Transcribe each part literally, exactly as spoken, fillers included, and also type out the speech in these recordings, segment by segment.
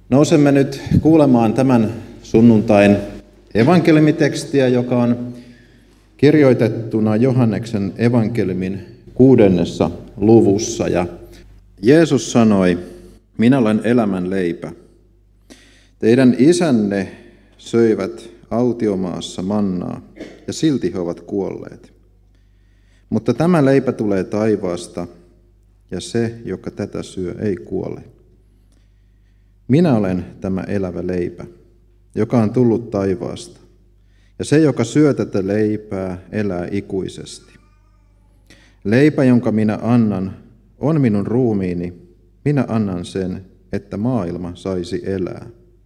Nousemme nyt kuulemaan tämän sunnuntain evankeliumitekstiä, joka on kirjoitettuna Johanneksen evankeliumin kuudennessa luvussa. Ja Jeesus sanoi, minä olen elämän leipä. Teidän isänne söivät autiomaassa mannaa ja silti he ovat kuolleet. Mutta tämä leipä tulee taivaasta ja se, joka tätä syö, ei kuole. Minä olen tämä elävä leipä, joka on tullut taivaasta, ja se, joka syö tätä leipää, elää ikuisesti. Leipä, jonka minä annan, on minun ruumiini, minä annan sen, että maailma saisi elää.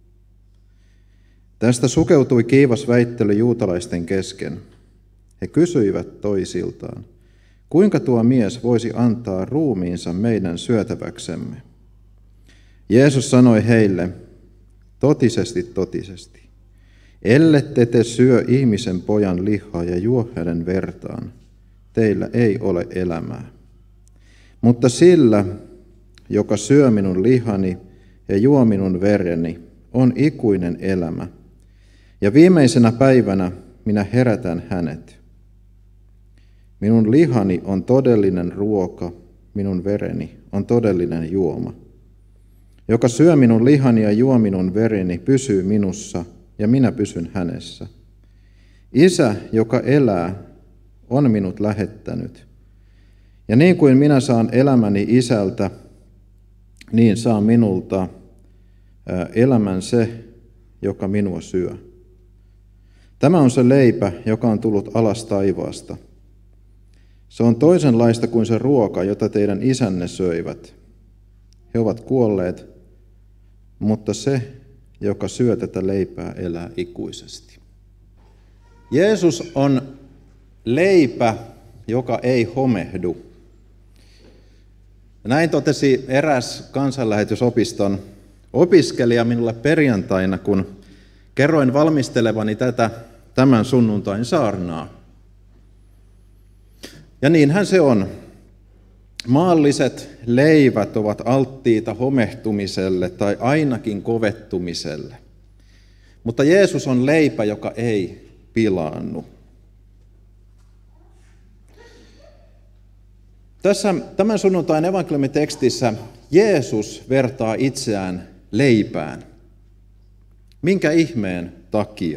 Tästä sukeutui kiivas väittely juutalaisten kesken. He kysyivät toisiltaan, kuinka tuo mies voisi antaa ruumiinsa meidän syötäväksemme? Jeesus sanoi heille, totisesti, totisesti, ellette te syö ihmisen pojan lihaa ja juo hänen vertaan, teillä ei ole elämää. Mutta sillä, joka syö minun lihani ja juo minun vereni, on ikuinen elämä, ja viimeisenä päivänä minä herätän hänet. Minun lihani on todellinen ruoka, minun vereni on todellinen juoma. Joka syö minun lihani ja juo minun vereni, pysyy minussa ja minä pysyn hänessä. Isä, joka elää, on minut lähettänyt. Ja niin kuin minä saan elämäni isältä, niin saa minulta elämän se, joka minua syö. Tämä on se leipä, joka on tullut alas taivaasta. Se on toisenlaista kuin se ruoka, jota teidän isänne söivät. He ovat kuolleet, mutta se, joka syö tätä leipää, elää ikuisesti. Jeesus on leipä, joka ei homehdu. Näin totesi eräs kansanlähetysopiston opiskelija minulle perjantaina, kun kerroin valmistelevani tätä tämän sunnuntain saarnaa. Ja niinhän se on. Maalliset leivät ovat alttiita homehtumiselle tai ainakin kovettumiselle. Mutta Jeesus on leipä, joka ei pilaannu. Tässä tämän sunnuntain evankeliumitekstissä Jeesus vertaa itseään leipään. Minkä ihmeen takia?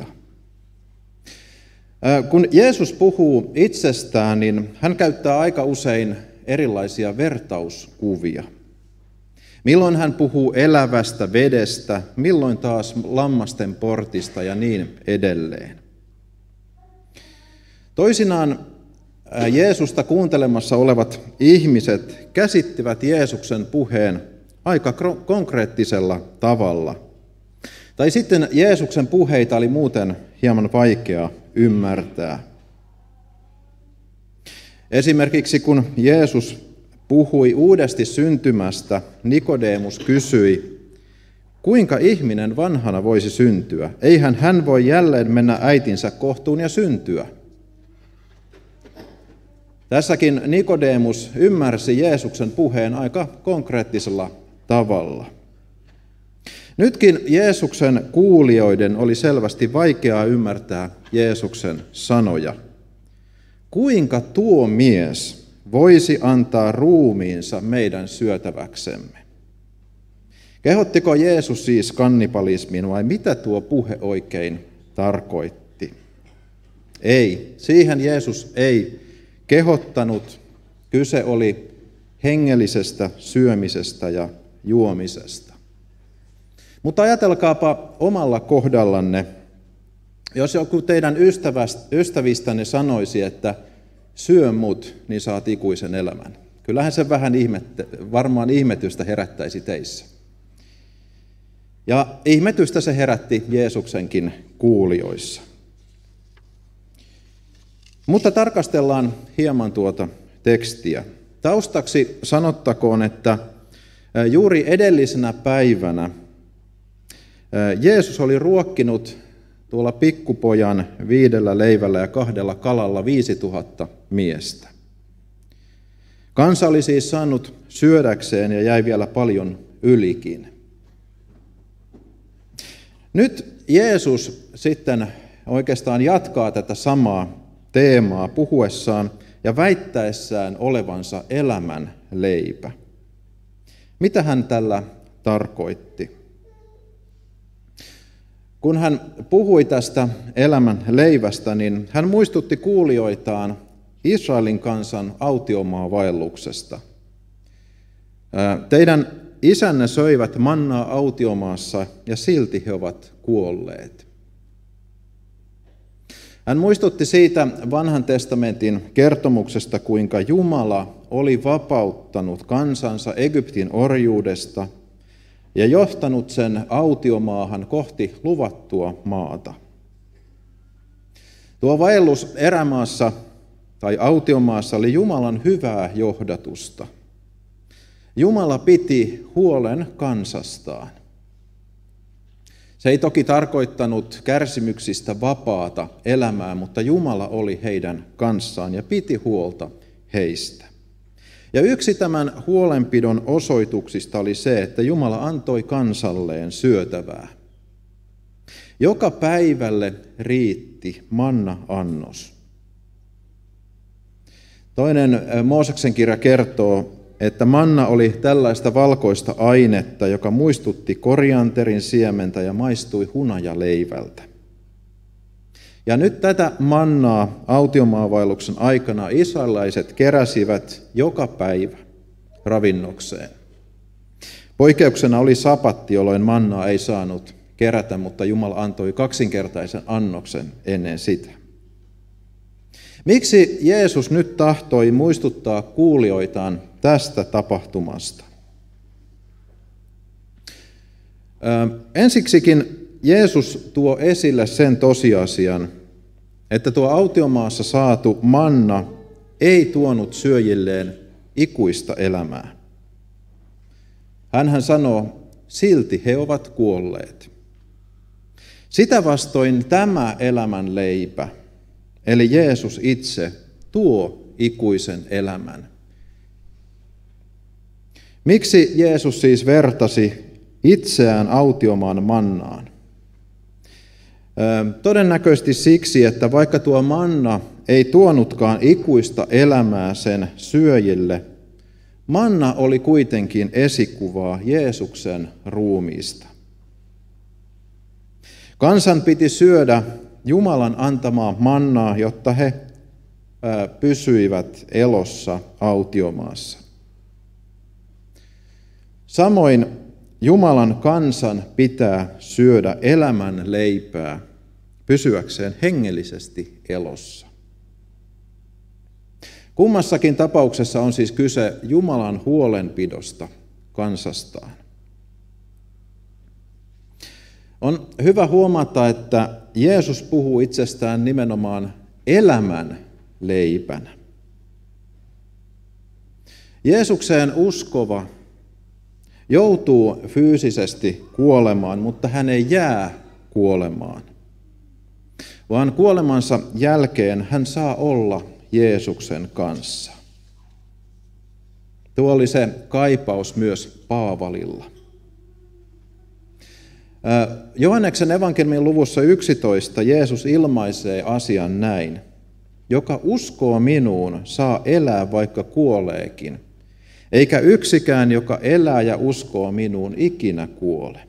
Kun Jeesus puhuu itsestään, niin hän käyttää aika usein erilaisia vertauskuvia. Milloin hän puhuu elävästä vedestä, milloin taas lammasten portista ja niin edelleen. Toisinaan Jeesusta kuuntelemassa olevat ihmiset käsittivät Jeesuksen puheen aika konkreettisella tavalla. Tai sitten Jeesuksen puheita oli muuten hieman vaikea ymmärtää. Esimerkiksi kun Jeesus puhui uudesti syntymästä, Nikodemus kysyi, kuinka ihminen vanhana voisi syntyä? Eihän hän voi jälleen mennä äitinsä kohtuun ja syntyä. Tässäkin Nikodemus ymmärsi Jeesuksen puheen aika konkreettisella tavalla. Nytkin Jeesuksen kuulijoiden oli selvästi vaikeaa ymmärtää Jeesuksen sanoja. Kuinka tuo mies voisi antaa ruumiinsa meidän syötäväksemme? Kehottiko Jeesus siis kannibalismiin vai mitä tuo puhe oikein tarkoitti? Ei, siihen Jeesus ei kehottanut. Kyse oli hengellisestä syömisestä ja juomisesta. Mutta ajatelkaapa omalla kohdallanne, jos joku teidän ystävistänne sanoisi, että syö mut, niin saat ikuisen elämän. Kyllähän se vähän ihmette, varmaan ihmetystä herättäisi teissä. Ja ihmetystä se herätti Jeesuksenkin kuulijoissa. Mutta tarkastellaan hieman tuota tekstiä. Taustaksi sanottakoon, että juuri edellisenä päivänä Jeesus oli ruokkinut tuolla pikkupojan viidellä leivällä ja kahdella kalalla viisituhatta miestä. Kansa oli siis saanut syödäkseen ja jäi vielä paljon ylikin. Nyt Jeesus sitten oikeastaan jatkaa tätä samaa teemaa puhuessaan ja väittäessään olevansa elämän leipä. Mitä hän tällä tarkoitti? Kun hän puhui tästä elämän leivästä, niin hän muistutti kuulijoitaan Israelin kansan autiomaavaelluksesta. Teidän isänne söivät mannaa autiomaassa ja silti he ovat kuolleet. Hän muistutti siitä vanhan testamentin kertomuksesta, kuinka Jumala oli vapauttanut kansansa Egyptin orjuudesta ja johtanut sen autiomaahan kohti luvattua maata. Tuo vaellus erämaassa tai autiomaassa oli Jumalan hyvää johdatusta. Jumala piti huolen kansastaan. Se ei toki tarkoittanut kärsimyksistä vapaata elämää, mutta Jumala oli heidän kanssaan ja piti huolta heistä. Ja yksi tämän huolenpidon osoituksista oli se, että Jumala antoi kansalleen syötävää. Joka päivälle riitti manna-annos. Toinen Mooseksen kirja kertoo, että manna oli tällaista valkoista ainetta, joka muistutti korianterin siementä ja maistui hunajaleivältä. Ja nyt tätä mannaa autiomaavaelluksen aikana israelaiset keräsivät joka päivä ravinnokseen. Poikkeuksena oli sapatti, jolloin mannaa ei saanut kerätä, mutta Jumala antoi kaksinkertaisen annoksen ennen sitä. Miksi Jeesus nyt tahtoi muistuttaa kuulijoitaan tästä tapahtumasta? Ö, ensiksikin Jeesus tuo esille sen tosiasian, että tuo autiomaassa saatu manna ei tuonut syöjilleen ikuista elämää. Hänhän sanoo, silti he ovat kuolleet. Sitä vastoin tämä elämän leipä, eli Jeesus itse, tuo ikuisen elämän. Miksi Jeesus siis vertasi itseään autiomaan mannaan? Todennäköisesti siksi, että vaikka tuo manna ei tuonutkaan ikuista elämää sen syöjille, manna oli kuitenkin esikuvaa Jeesuksen ruumiista. Kansan piti syödä Jumalan antamaa mannaa, jotta he pysyivät elossa autiomaassa. Samoin Jumalan kansan pitää syödä elämän leipää pysyäkseen hengellisesti elossa. Kummassakin tapauksessa on siis kyse Jumalan huolenpidosta kansastaan. On hyvä huomata, että Jeesus puhuu itsestään nimenomaan elämän leipänä. Jeesukseen uskova joutuu fyysisesti kuolemaan, mutta hän ei jää kuolemaan, vaan kuolemansa jälkeen hän saa olla Jeesuksen kanssa. Tuo oli se kaipaus myös Paavalilla. Johanneksen evankeliumin luvussa yksitoista Jeesus ilmaisee asian näin. Joka uskoo minuun, saa elää vaikka kuoleekin. Eikä yksikään, joka elää ja uskoo minuun, ikinä kuole.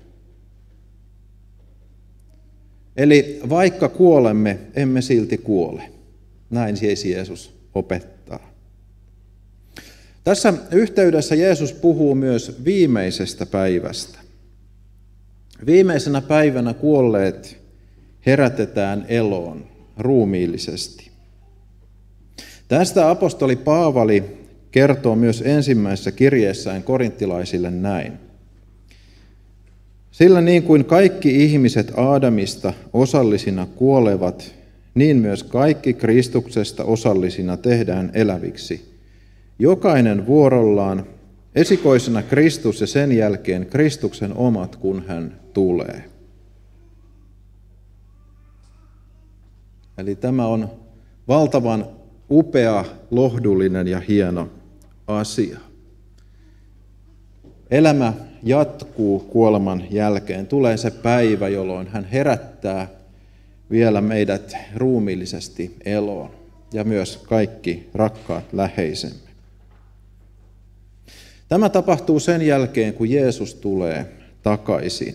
Eli vaikka kuolemme, emme silti kuole. Näin siis Jeesus opettaa. Tässä yhteydessä Jeesus puhuu myös viimeisestä päivästä. Viimeisenä päivänä kuolleet herätetään eloon ruumiillisesti. Tästä apostoli Paavali kertoo myös ensimmäisessä kirjeessään korinttilaisille näin. Sillä niin kuin kaikki ihmiset Aadamista osallisina kuolevat, niin myös kaikki Kristuksesta osallisina tehdään eläviksi. Jokainen vuorollaan, esikoisena Kristus ja sen jälkeen Kristuksen omat, kun hän tulee. Eli tämä on valtavan upea, lohdullinen ja hieno asia. Elämä jatkuu kuoleman jälkeen. Tulee se päivä, jolloin hän herättää vielä meidät ruumiillisesti eloon ja myös kaikki rakkaat läheisemme. Tämä tapahtuu sen jälkeen, kun Jeesus tulee takaisin.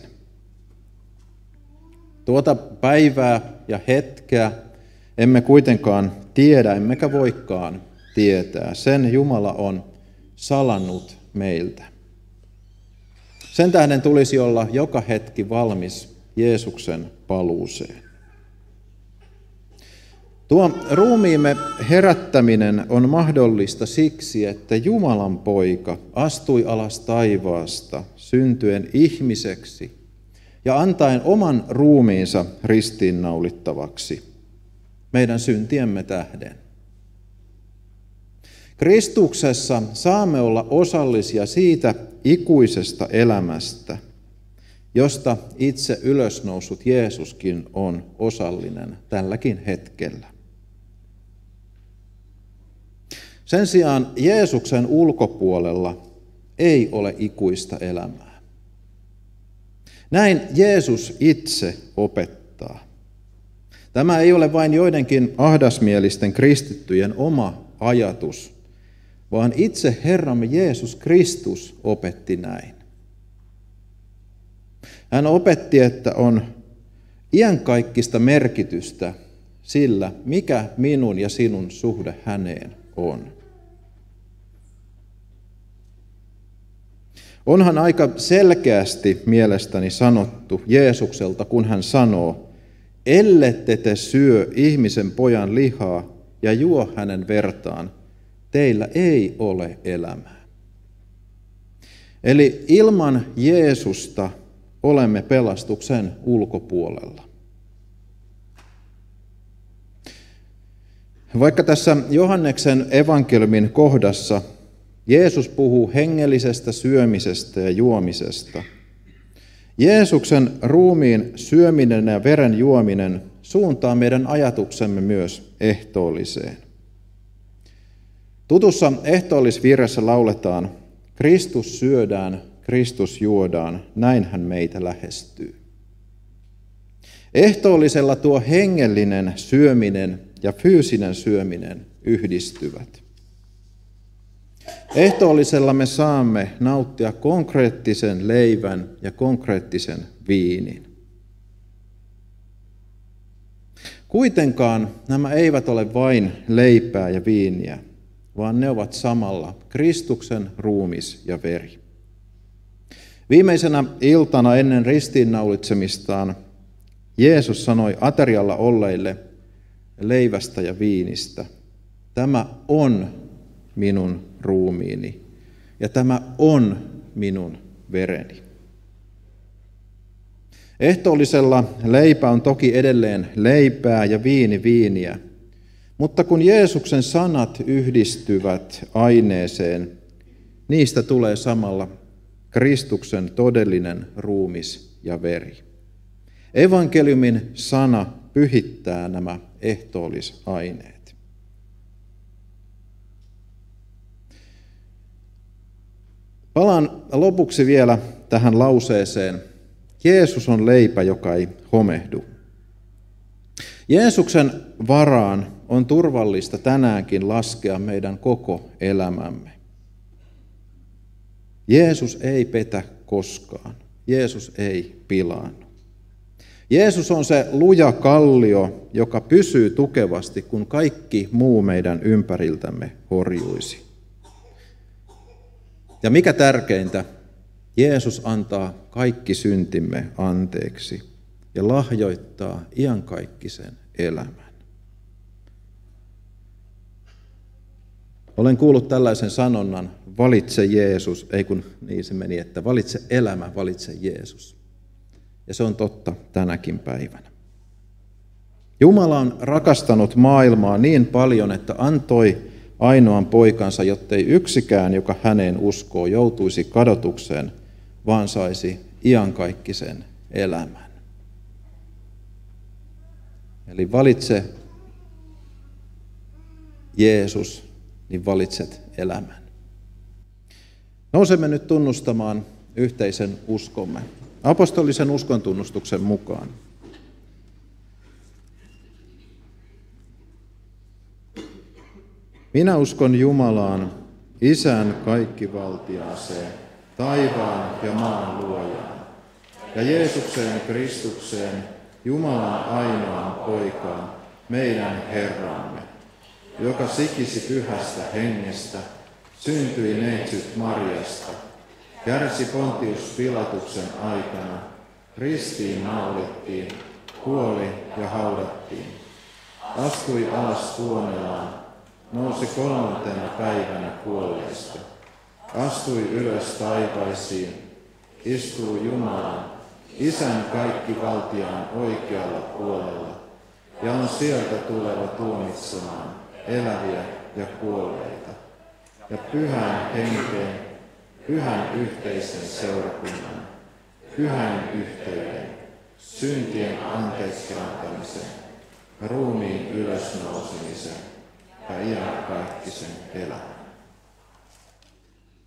Tuota päivää ja hetkeä emme kuitenkaan tiedä, emmekä voikaan tietää. Sen Jumala on salannut meiltä. Sen tähden tulisi olla joka hetki valmis Jeesuksen paluuseen. Tuo ruumiimme herättäminen on mahdollista siksi, että Jumalan poika astui alas taivaasta syntyen ihmiseksi ja antaen oman ruumiinsa ristiinnaulittavaksi meidän syntiemme tähden. Kristuksessa saamme olla osallisia siitä ikuisesta elämästä, josta itse ylösnoussut Jeesuskin on osallinen tälläkin hetkellä. Sen sijaan Jeesuksen ulkopuolella ei ole ikuista elämää. Näin Jeesus itse opettaa. Tämä ei ole vain joidenkin ahdasmielisten kristittyjen oma ajatus, vaan itse Herramme Jeesus Kristus opetti näin. Hän opetti, että on iankaikkista merkitystä sillä, mikä minun ja sinun suhde häneen on. Onhan aika selkeästi mielestäni sanottu Jeesukselta, kun hän sanoo, ellette te syö ihmisen pojan lihaa ja juo hänen vertaan, teillä ei ole elämää. Eli ilman Jeesusta olemme pelastuksen ulkopuolella. Vaikka tässä Johanneksen evankeliumin kohdassa Jeesus puhuu hengellisestä syömisestä ja juomisesta, Jeesuksen ruumiin syöminen ja veren juominen suuntaa meidän ajatuksemme myös ehtoolliseen. Tutussa ehtoollisvirressä lauletaan, Kristus syödään, Kristus juodaan, näin hän meitä lähestyy. Ehtoollisella tuo hengellinen syöminen ja fyysinen syöminen yhdistyvät. Ehtoollisella me saamme nauttia konkreettisen leivän ja konkreettisen viinin. Kuitenkaan nämä eivät ole vain leipää ja viiniä, vaan ne ovat samalla Kristuksen ruumis ja veri. Viimeisenä iltana ennen ristiinnaulitsemistaan Jeesus sanoi aterialla olleille leivästä ja viinistä, tämä on minun ruumiini ja tämä on minun vereni. Ehtoollisella leipä on toki edelleen leipää ja viini viiniä, mutta kun Jeesuksen sanat yhdistyvät aineeseen, niistä tulee samalla Kristuksen todellinen ruumis ja veri. Evankeliumin sana pyhittää nämä ehtoollisaineet. Palaan lopuksi vielä tähän lauseeseen. Jeesus on leipä, joka ei homehdu. Jeesuksen varaan on turvallista tänäänkin laskea meidän koko elämämme. Jeesus ei petä koskaan. Jeesus ei pilaannu. Jeesus on se luja kallio, joka pysyy tukevasti, kun kaikki muu meidän ympäriltämme horjuisi. Ja mikä tärkeintä, Jeesus antaa kaikki syntimme anteeksi ja lahjoittaa iankaikkisen elämän. Olen kuullut tällaisen sanonnan, valitse Jeesus, ei kun niin se meni, että valitse elämä, valitse Jeesus. Ja se on totta tänäkin päivänä. Jumala on rakastanut maailmaa niin paljon, että antoi ainoan poikansa, jottei yksikään, joka häneen uskoo, joutuisi kadotukseen, vaan saisi iankaikkisen elämän. Eli valitse Jeesus, niin valitset elämän. Nousemme nyt tunnustamaan yhteisen uskomme apostolisen uskontunnustuksen mukaan. Minä uskon Jumalaan, Isään kaikkivaltiaaseen, taivaan ja maan luojaan, ja Jeesukseen Kristukseen, Jumalan ainoaan poikaan, meidän Herramme, joka sikisi pyhästä hengestä, syntyi neitsyt Marjasta, kärsi Pontius Pilatuksen aikana, ristiin naulittiin, kuoli ja haudattiin, astui alas tuonelaan, nousi kolmantena päivänä kuolleista, astui ylös taivaisiin, istuu Jumalan, Isän kaikkivaltiaan oikealla puolella, ja on sieltä tuleva tuomitsemaan eläviä ja kuolleita, ja pyhän henkeen, pyhän yhteisen seurakunnan, pyhän yhteyden, syntien anteeksi antamisen, ruumiin ylösnousemisen ja iankaikkisen elämän.